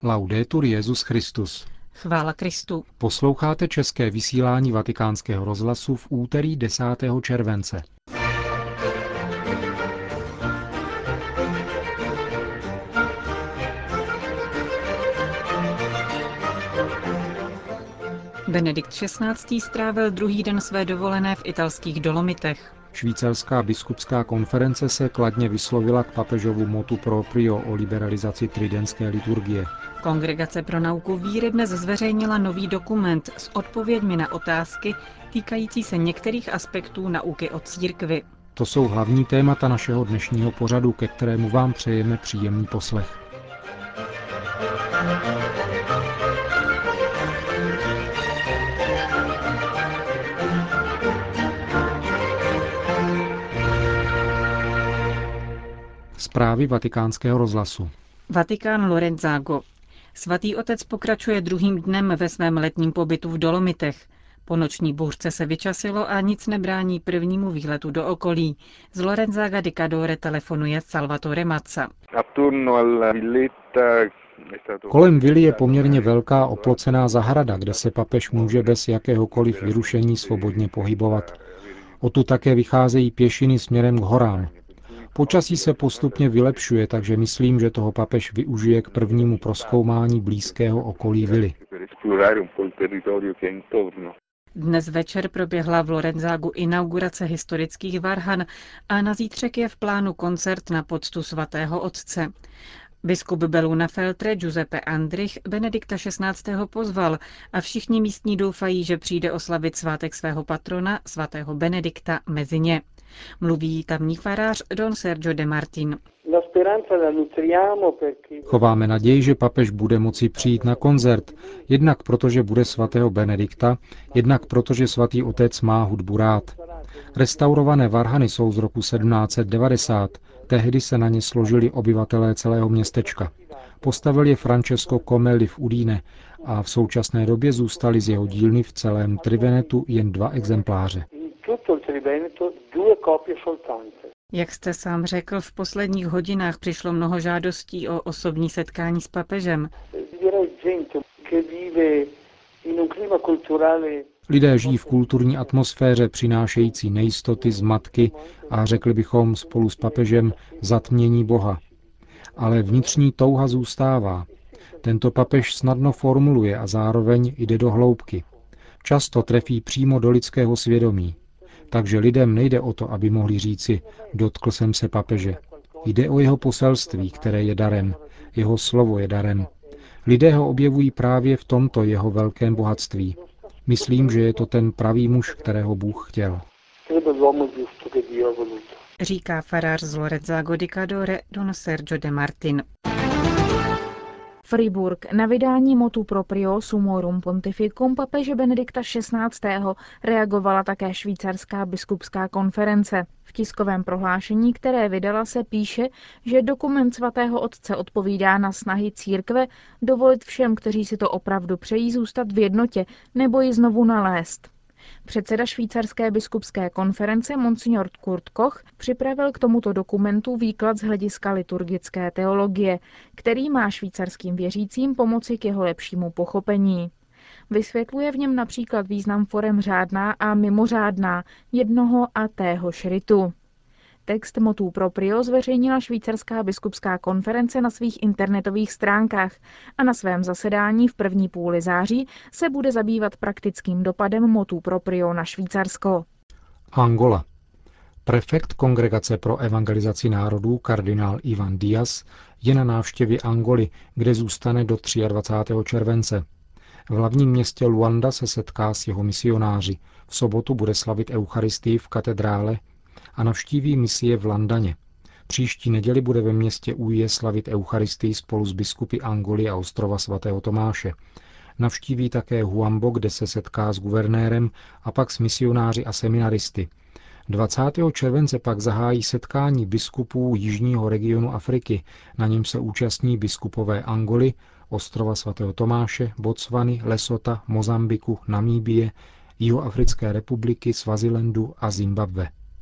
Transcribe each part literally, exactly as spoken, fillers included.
Laudetur Jesus Christus. Chvála Kristu. Posloucháte české vysílání Vatikánského rozhlasu v úterý desátého července. Benedikt šestnáctý strávil druhý den své dovolené v italských Dolomitech. Švýcarská biskupská konference se kladně vyslovila k papežovu motu proprio o liberalizaci tridentské liturgie. Kongregace pro nauku víry dnes zveřejnila nový dokument s odpověďmi na otázky týkající se některých aspektů nauky o církvi. To jsou hlavní témata našeho dnešního pořadu, ke kterému vám přejeme příjemný poslech. Zprávy Vatikánského rozhlasu. Vatikán Lorenzago. Svatý otec pokračuje druhým dnem ve svém letním pobytu v Dolomitech. Po noční bouřce se vyčasilo a nic nebrání prvnímu výletu do okolí. Z Lorenzaga di Cadore telefonuje Salvatore Mazza. Kolem vily je poměrně velká oplocená zahrada, kde se papež může bez jakéhokoliv vyrušení svobodně pohybovat. Odtud také vycházejí pěšiny směrem k horám. Počasí se postupně vylepšuje, takže myslím, že toho papež využije k prvnímu prozkoumání blízkého okolí vily. Dnes večer proběhla v Lorenzagu inaugurace historických varhan a na zítřek je v plánu koncert na poctu svatého otce. Biskup Belluna Feltre Giuseppe Andrich Benedikta šestnáctého pozval a všichni místní doufají, že přijde oslavit svátek svého patrona, svatého Benedikta, mezi ně. Mluví tamní farář Don Sergio de Martin. Chováme naději, že papež bude moci přijít na koncert, jednak protože bude svatého Benedikta, jednak protože svatý otec má hudbu rád. Restaurované varhany jsou z roku sedmnáct set devadesát, tehdy se na ně složili obyvatelé celého městečka. Postavil je Francesco Comelli v Udine a v současné době zůstaly z jeho dílny v celém Trivenetu jen dva exempláře. Jak jste sám řekl, v posledních hodinách přišlo mnoho žádostí o osobní setkání s papežem. Lidé žijí v kulturní atmosféře přinášející nejistoty, zmatky a řekli bychom spolu s papežem zatmění Boha. Ale vnitřní touha zůstává. Tento papež snadno formuluje a zároveň jde do hloubky. Často trefí přímo do lidského svědomí. Takže lidem nejde o to, aby mohli říci, dotkl jsem se papeže. Jde o jeho poselství, které je darem. Jeho slovo je darem. Lidé ho objevují právě v tomto jeho velkém bohatství. Myslím, že je to ten pravý muž, kterého Bůh chtěl. Říká farář z Lorenzago di Cadore Don Sergio de Martin. Fribourg. Na vydání motu proprio Summorum Pontificum papeže Benedikta šestnáctého reagovala také švýcarská biskupská konference. V tiskovém prohlášení, které vydala, se píše, že dokument svatého otce odpovídá na snahy církve dovolit všem, kteří si to opravdu přejí, zůstat v jednotě nebo ji znovu nalézt. Předseda švýcarské biskupské konference Monsignor Kurt Koch připravil k tomuto dokumentu výklad z hlediska liturgické teologie, který má švýcarským věřícím pomoci k jeho lepšímu pochopení. Vysvětluje v něm například význam forem řádná a mimořádná jednoho a téhož ritu. Text motu proprio zveřejnila švýcarská biskupská konference na svých internetových stránkách a na svém zasedání v první půli září se bude zabývat praktickým dopadem motu proprio na Švýcarsko. Angola. Prefekt Kongregace pro evangelizaci národů kardinál Ivan Dias je na návštěvě Angoly, kde zůstane do dvacátého třetího července. V hlavním městě Luanda se setká s jeho misionáři. V sobotu bude slavit eucharistii v katedrále a navštíví misie v Landaně. Příští neděli bude ve městě Uje slavit eucharistii spolu s biskupy Angoly a ostrova svatého Tomáše. Navštíví také Huambo, kde se setká s guvernérem a pak s misionáři a seminaristy. dvacátého července pak zahájí setkání biskupů jižního regionu Afriky, na něm se účastní biskupové Angoly, ostrova svatého Tomáše, Botswany, Lesota, Mozambiku, Namíbie, Jihoafrické republiky, Swazilandu a Zimbabwe.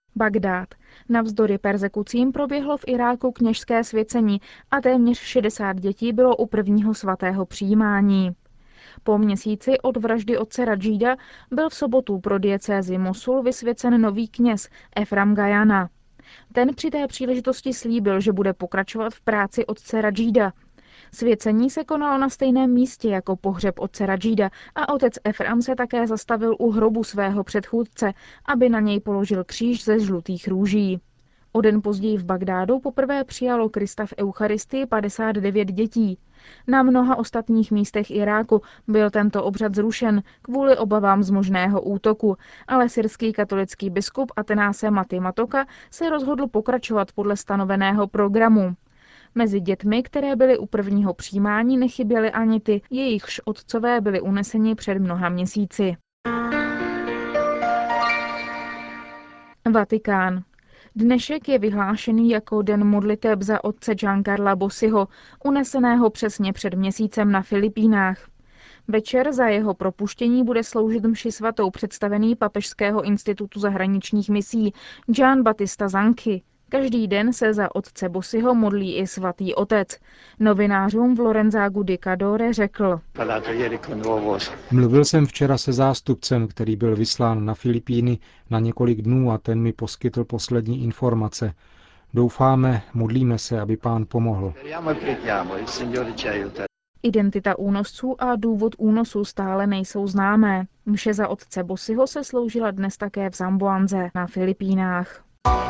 Bagdád. Navzdory perzekucím proběhlo v Iráku kněžské svěcení a téměř šedesát dětí bylo u prvního svatého přijímání. Po měsíci od vraždy otce Radžída byl v sobotu pro diecézi Mosul vysvěcen nový kněz Efram Gajana. Ten při té příležitosti slíbil, že bude pokračovat v práci otce Radžída. Svěcení se konalo na stejném místě jako pohřeb otce Radžída a otec Efram se také zastavil u hrobu svého předchůdce, aby na něj položil kříž ze žlutých růží. O den později v Bagdádu poprvé přijalo Krista v Eucharistii padesát devět dětí. Na mnoha ostatních místech Iráku byl tento obřad zrušen kvůli obavám z možného útoku, ale syrský katolický biskup Atanase Maty Matoka se rozhodl pokračovat podle stanoveného programu. Mezi dětmi, které byly u prvního přijímání, nechyběly ani ty, jejichž otcové byli uneseni před mnoha měsíci. Vatikán. Dnešek je vyhlášený jako den modliteb za otce Giancarla Bossiho, uneseného přesně před měsícem na Filipínách. Večer za jeho propuštění bude sloužit mši svatou představený Papežského institutu zahraničních misí Gian Battista Zanchi. Každý den se za otce Bossiho modlí i svatý otec. Novinářům v Lorenzágu di Cadore řekl: Mluvil jsem včera se zástupcem, který byl vyslán na Filipíny na několik dnů a ten mi poskytl poslední informace. Doufáme, modlíme se, aby Pán pomohl. Identita únosců a důvod únosu stále nejsou známé. Mše za otce Bossiho se sloužila dnes také v Zamboanze na Filipínách.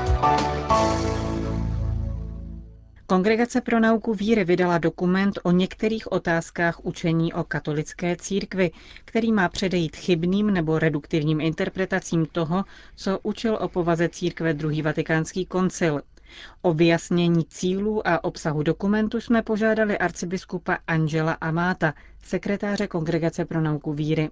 Kongregace pro nauku víry vydala dokument o některých otázkách učení o katolické církvi, který má předejít chybným nebo reduktivním interpretacím toho, co učil o povaze církve druhý vatikánský koncil. O vyjasnění cílů a obsahu dokumentu jsme požádali arcibiskupa Angela Amata, sekretáře Kongregace pro nauku víry.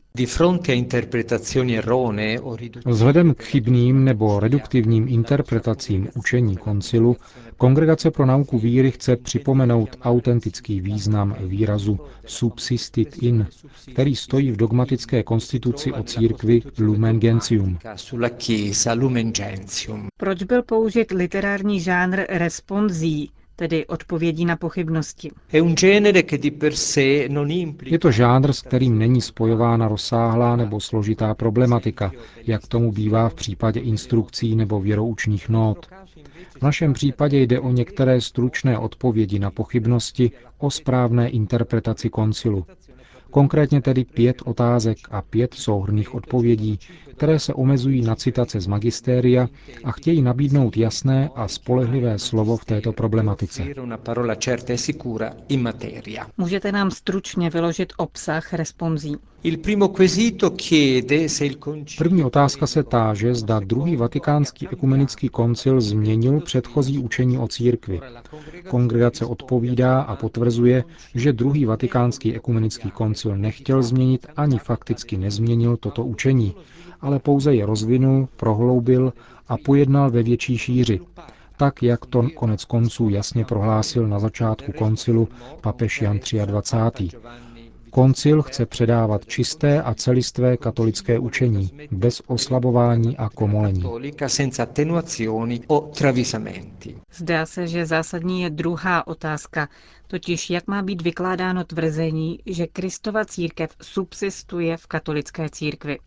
Vzhledem k chybným nebo reduktivním interpretacím učení koncilu, Kongregace pro nauku víry chce připomenout autentický význam výrazu subsistit in, který stojí v dogmatické konstituci o církvi Lumen Gentium. Proč byl použit literární žánr responsí, tedy odpovědí na pochybnosti? Je to žánr, s kterým není spojována rozsáhlá nebo složitá problematika, jak tomu bývá v případě instrukcí nebo věroučních nót. V našem případě jde o některé stručné odpovědi na pochybnosti o správné interpretaci koncilu. Konkrétně tedy pět otázek a pět souhrnných odpovědí, které se omezují na citace z magistéria a chtějí nabídnout jasné a spolehlivé slovo v této problematice. Můžete nám stručně vyložit obsah responsí? První otázka se táže, zda druhý vatikánský ekumenický koncil změnil předchozí učení o církvi. Kongregace odpovídá a potvrzuje, že druhý vatikánský ekumenický koncil nechtěl změnit ani fakticky nezměnil toto učení, ale pouze je rozvinul, prohloubil a pojednal ve větší šíři, tak jak to konec konců jasně prohlásil na začátku koncilu papež Jan dvacátý třetí Koncil chce předávat čisté a celistvé katolické učení, bez oslabování a komolení. Zdá se, že zásadní je druhá otázka, totiž jak má být vykládáno tvrzení, že Kristova církev subsistuje v katolické církvi.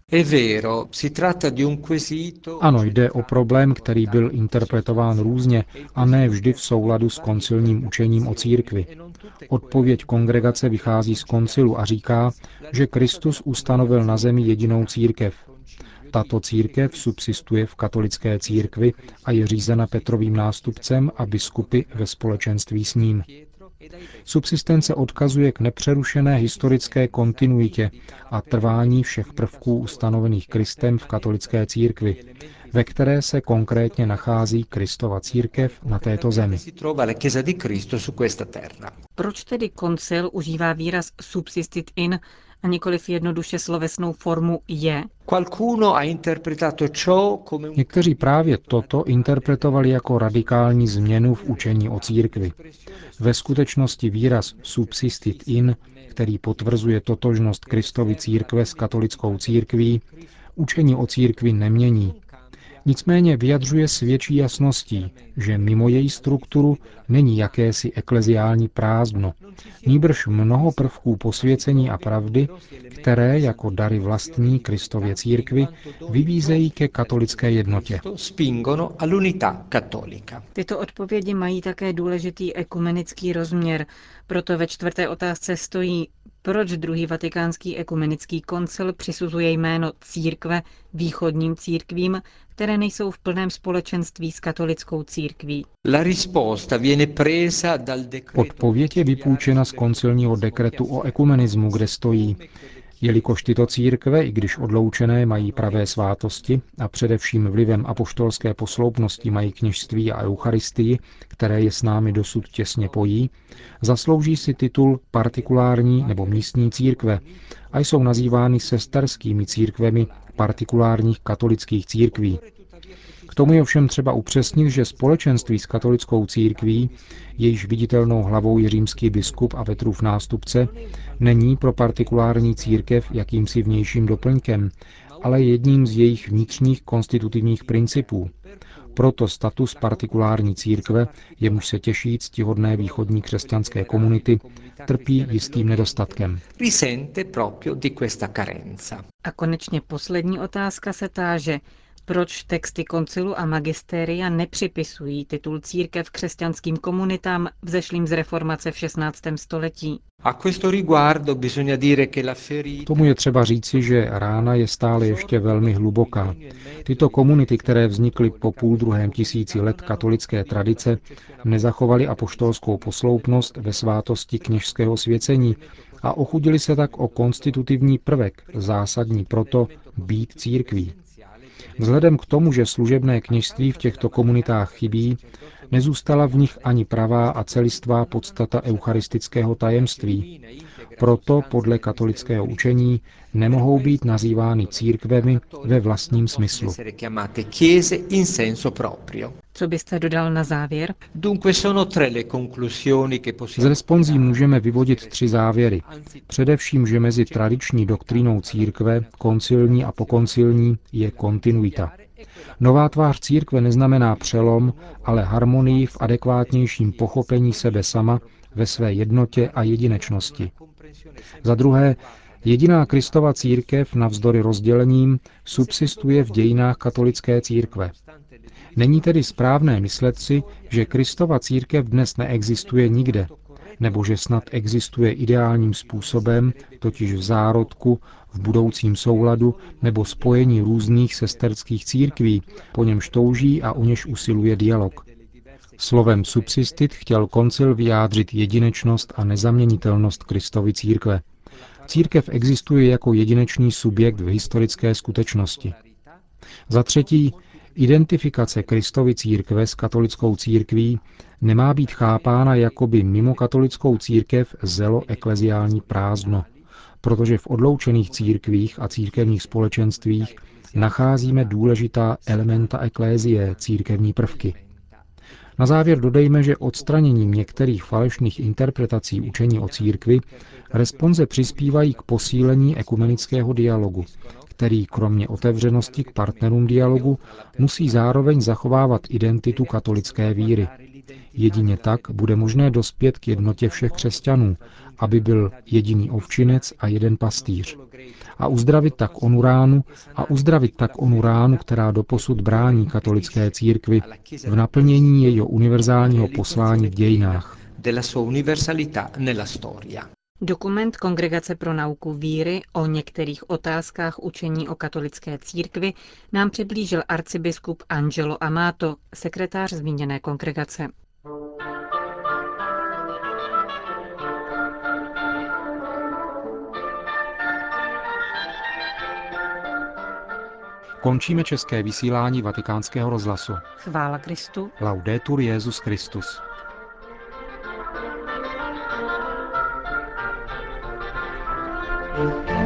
Ano, jde o problém, který byl interpretován různě a ne vždy v souladu s koncilním učením o církvi. Odpověď kongregace vychází z koncilu a říká, že Kristus ustanovil na zemi jedinou církev. Tato církev subsistuje v katolické církvi a je řízena Petrovým nástupcem a biskupy ve společenství s ním. Subsistence odkazuje k nepřerušené historické kontinuitě a trvání všech prvků ustanovených Kristem v katolické církvi, ve které se konkrétně nachází Kristova církev na této zemi. Proč tedy koncil užívá výraz subsistit in a nikoliv jednoduše slovesnou formu je? Někteří právě toto interpretovali jako radikální změnu v učení o církvi. Ve skutečnosti výraz subsistit in, který potvrzuje totožnost Kristovy církve s katolickou církví, učení o církvi nemění. Nicméně vyjadřuje s větší jasností, že mimo její strukturu není jakési ekleziální prázdno, nýbrž mnoho prvků posvěcení a pravdy, které jako dary vlastní Kristově církvi vybízejí ke katolické jednotě. Tyto odpovědi mají také důležitý ekumenický rozměr, proto ve čtvrté otázce stojí, proč druhý vatikánský ekumenický koncil přisuzuje jméno církve východním církvím, které nejsou v plném společenství s katolickou církví. Odpověď je vypůjčena z koncilního dekretu o ekumenismu, kde stojí: jelikož tyto církve, i když odloučené, mají pravé svátosti a především vlivem apoštolské posloupnosti mají kněžství a eucharistii, které je s námi dosud těsně pojí, zaslouží si titul partikulární nebo místní církve a jsou nazývány sesterskými církvemi partikulárních katolických církví. K tomu je ovšem třeba upřesnit, že společenství s katolickou církví, jejíž viditelnou hlavou je římský biskup a Petrův nástupce, není pro partikulární církev jakýmsi vnějším doplňkem, ale jedním z jejich vnitřních konstitutivních principů. Proto status partikulární církve, jemuž se těší ctihodné východní křesťanské komunity, trpí jistým nedostatkem. A konečně poslední otázka se táže, proč texty koncilu a magistéria nepřipisují titul církev křesťanským komunitám vzešlým z reformace v šestnáctém století. Tomu je třeba říci, že rána je stále ještě velmi hluboká. Tyto komunity, které vznikly po půl druhém tisíci let katolické tradice, nezachovaly apoštolskou posloupnost ve svátosti kněžského svěcení a ochudili se tak o konstitutivní prvek, zásadní proto být církví. Vzhledem k tomu, že služebné kněžství v těchto komunitách chybí, nezůstala v nich ani pravá a celistvá podstata eucharistického tajemství. Proto podle katolického učení nemohou být nazývány církvemi ve vlastním smyslu. Co byste dodal na závěr? Z responsí můžeme vyvodit tři závěry. Především, že mezi tradiční doktrínou církve, koncilní a pokoncilní, je kontinuita. Nová tvář církve neznamená přelom, ale harmonii v adekvátnějším pochopení sebe sama ve své jednotě a jedinečnosti. Za druhé, jediná Kristova církev navzdory rozdělením subsistuje v dějinách katolické církve. Není tedy správné myslet si, že Kristova církev dnes neexistuje nikde, nebo že snad existuje ideálním způsobem, totiž v zárodku, v budoucím souladu nebo spojení různých sesterských církví, po němž touží a o něž usiluje dialog. Slovem subsistit chtěl koncil vyjádřit jedinečnost a nezaměnitelnost Kristovy církve. Církev existuje jako jedinečný subjekt v historické skutečnosti. Za třetí, identifikace Kristovy církve s katolickou církví nemá být chápána jakoby mimo katolickou církev zelo ekleziální prázdno, protože v odloučených církvích a církevních společenstvích nacházíme důležitá elementa eklézie, církevní prvky. Na závěr dodejme, že odstraněním některých falešných interpretací učení o církvi responze přispívají k posílení ekumenického dialogu, který kromě otevřenosti k partnerům dialogu musí zároveň zachovávat identitu katolické víry. Jedině tak bude možné dospět k jednotě všech křesťanů, aby byl jediný ovčinec a jeden pastýř. A uzdravit tak onu ránu, a uzdravit tak onu ránu, která doposud brání katolické církvi v naplnění jejího univerzálního poslání v dějinách. Dokument Kongregace pro nauku víry o některých otázkách učení o katolické církvi nám přiblížil arcibiskup Angelo Amato, sekretář zmíněné kongregace. Končíme české vysílání Vatikánského rozhlasu. Chvála Kristu. Laudetur Jesus Christus. Thank you.